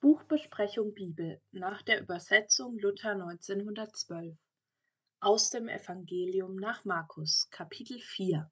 Buchbesprechung Bibel nach der Übersetzung Luther 1912 aus dem Evangelium nach Markus, Kapitel 4.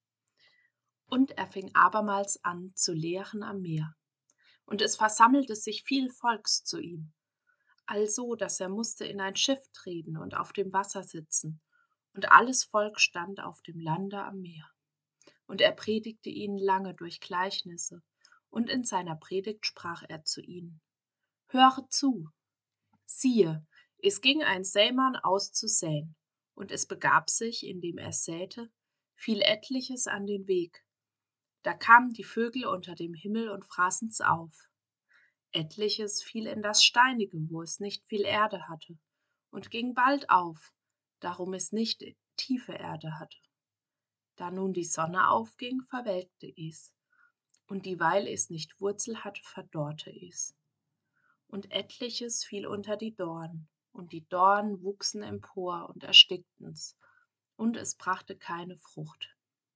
Und er fing abermals an zu lehren am Meer. Und es versammelte sich viel Volks zu ihm, also dass er musste in ein Schiff treten und auf dem Wasser sitzen. Und alles Volk stand auf dem Lande am Meer. Und er predigte ihnen lange durch Gleichnisse, und in seiner Predigt sprach er zu ihnen: Höret zu! Siehe, es ging ein Sämann aus zu säen, und es begab sich, indem er säte, fiel etliches an den Weg. Da kamen die Vögel unter dem Himmel und fraßen's auf. Etliches fiel in das Steinige, wo es nicht viel Erde hatte, und ging bald auf, darum es nicht tiefe Erde hatte. Da nun die Sonne aufging, verwelkte es, und dieweil es nicht Wurzel hatte, verdorrte es. Und etliches fiel unter die Dornen, und die Dornen wuchsen empor und erstickten's, und es brachte keine Frucht.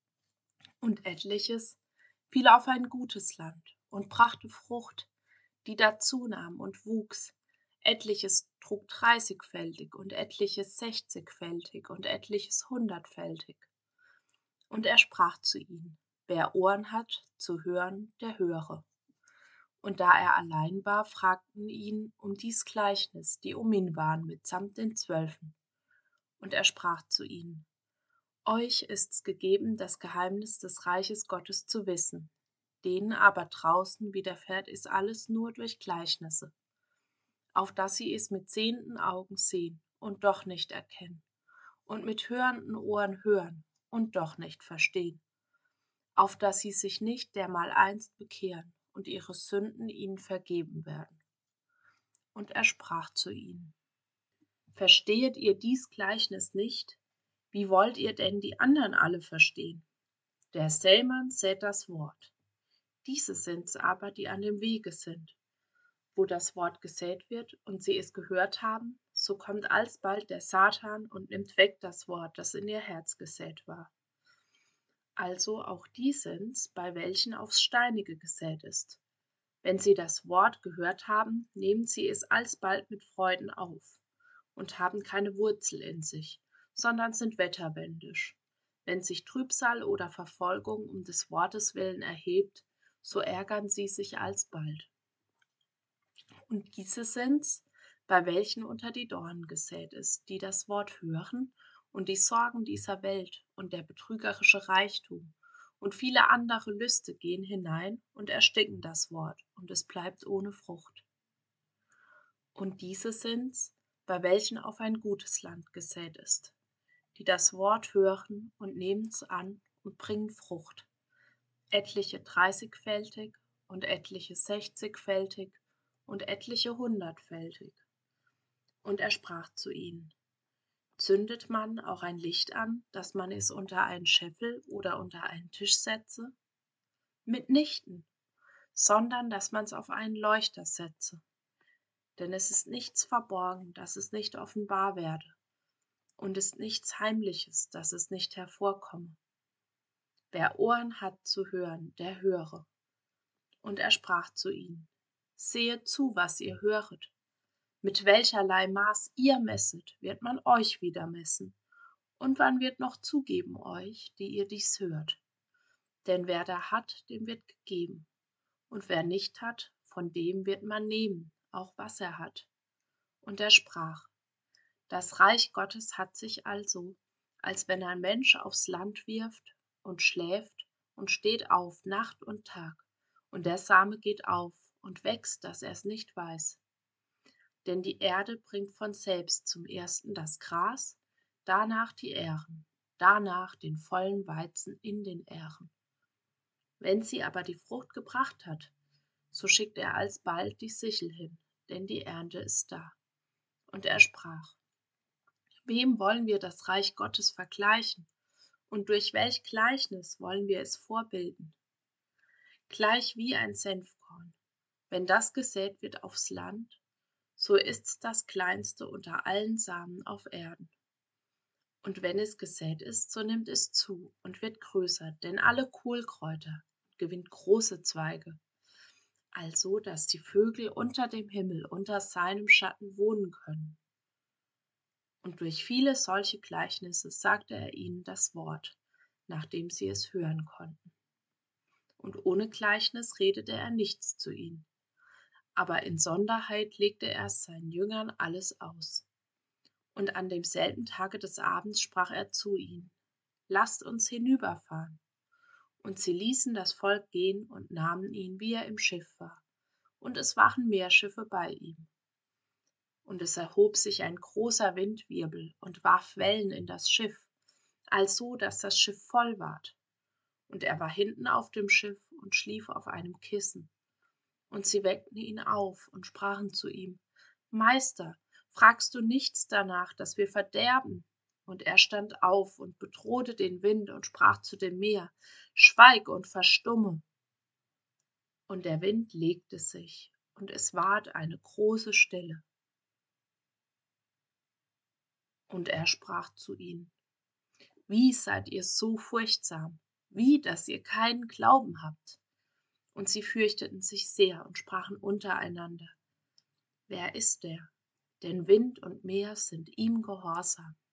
Und etliches fiel auf ein gutes Land und brachte Frucht, die dazu nahm und wuchs. Etliches trug 30-fältig und etliches 60-fältig und etliches 100-fältig. Und er sprach zu ihnen: Wer Ohren hat, zu hören, der höre. Und da er allein war, fragten ihn um dies Gleichnis, die um ihn waren, mitsamt den Zwölfen. Und er sprach zu ihnen: Euch ist's gegeben, das Geheimnis des Reiches Gottes zu wissen. Denen aber draußen widerfährt es alles nur durch Gleichnisse, auf dass sie es mit sehenden Augen sehen und doch nicht erkennen, und mit hörenden Ohren hören und doch nicht verstehen, auf dass sie sich nicht dermaleinst bekehren und ihre Sünden ihnen vergeben werden. Und er sprach zu ihnen: Verstehet ihr dies Gleichnis nicht? Wie wollt ihr denn die anderen alle verstehen? Der Sämann sät das Wort. Diese sind's aber, die an dem Wege sind. Wo das Wort gesät wird und sie es gehört haben, so kommt alsbald der Satan und nimmt weg das Wort, das in ihr Herz gesät war. Also auch die sind's, bei welchen aufs Steinige gesät ist. Wenn sie das Wort gehört haben, nehmen sie es alsbald mit Freuden auf und haben keine Wurzel in sich, sondern sind wetterbändisch. Wenn sich Trübsal oder Verfolgung um des Wortes willen erhebt, so ärgern sie sich alsbald. Und diese sind's, bei welchen unter die Dornen gesät ist, die das Wort hören und die Sorgen dieser Welt und der betrügerische Reichtum und viele andere Lüste gehen hinein und ersticken das Wort, und es bleibt ohne Frucht. Und diese sind's, bei welchen auf ein gutes Land gesät ist, die das Wort hören und nehmen's an und bringen Frucht, etliche 30-fältig und etliche 60-fältig und etliche 100-fältig. Und er sprach zu ihnen: Zündet man auch ein Licht an, dass man es unter einen Scheffel oder unter einen Tisch setze? Mitnichten, sondern dass man's auf einen Leuchter setze. Denn es ist nichts verborgen, dass es nicht offenbar werde, und ist nichts Heimliches, dass es nicht hervorkomme. Wer Ohren hat zu hören, der höre. Und er sprach zu ihnen: Sehet zu, was ihr höret. Mit welcherlei Maß ihr messet, wird man euch wieder messen. Und man wird noch zugeben euch, die ihr dies hört. Denn wer da hat, dem wird gegeben. Und wer nicht hat, von dem wird man nehmen, auch was er hat. Und er sprach: Das Reich Gottes hat sich also, als wenn ein Mensch aufs Land wirft und schläft und steht auf Nacht und Tag, und der Same geht auf und wächst, dass er's nicht weiß. Denn die Erde bringt von selbst zum ersten das Gras, danach die Ähren, danach den vollen Weizen in den Ähren. Wenn sie aber die Frucht gebracht hat, so schickt er alsbald die Sichel hin, denn die Ernte ist da. Und er sprach: Wem wollen wir das Reich Gottes vergleichen? Und durch welch Gleichnis wollen wir es vorbilden? Gleich wie ein Senfkorn. Wenn das gesät wird aufs Land, so ist's das kleinste unter allen Samen auf Erden. Und wenn es gesät ist, so nimmt es zu und wird größer, denn alle Kohlkräuter gewinnt große Zweige. also dass die Vögel unter dem Himmel unter seinem Schatten wohnen können. Und durch viele solche Gleichnisse sagte er ihnen das Wort, nachdem sie es hören konnten. Und ohne Gleichnis redete er nichts zu ihnen, aber in Sonderheit legte er seinen Jüngern alles aus. Und an demselben Tage des Abends sprach er zu ihnen: Lasst uns hinüberfahren. Und sie ließen das Volk gehen und nahmen ihn, wie er im Schiff war. Und es waren mehr Schiffe bei ihm. Und es erhob sich ein großer Windwirbel und warf Wellen in das Schiff, also dass das Schiff voll ward. Und er war hinten auf dem Schiff und schlief auf einem Kissen. Und sie weckten ihn auf und sprachen zu ihm: Meister, fragst du nichts danach, dass wir verderben? Und er stand auf und bedrohte den Wind und sprach zu dem Meer: Schweig und verstumme. Und der Wind legte sich, und es ward eine große Stille. Und er sprach zu ihnen: Wie seid ihr so furchtsam? Wie, dass ihr keinen Glauben habt? Und sie fürchteten sich sehr und sprachen untereinander: Wer ist der? Denn Wind und Meer sind ihm gehorsam.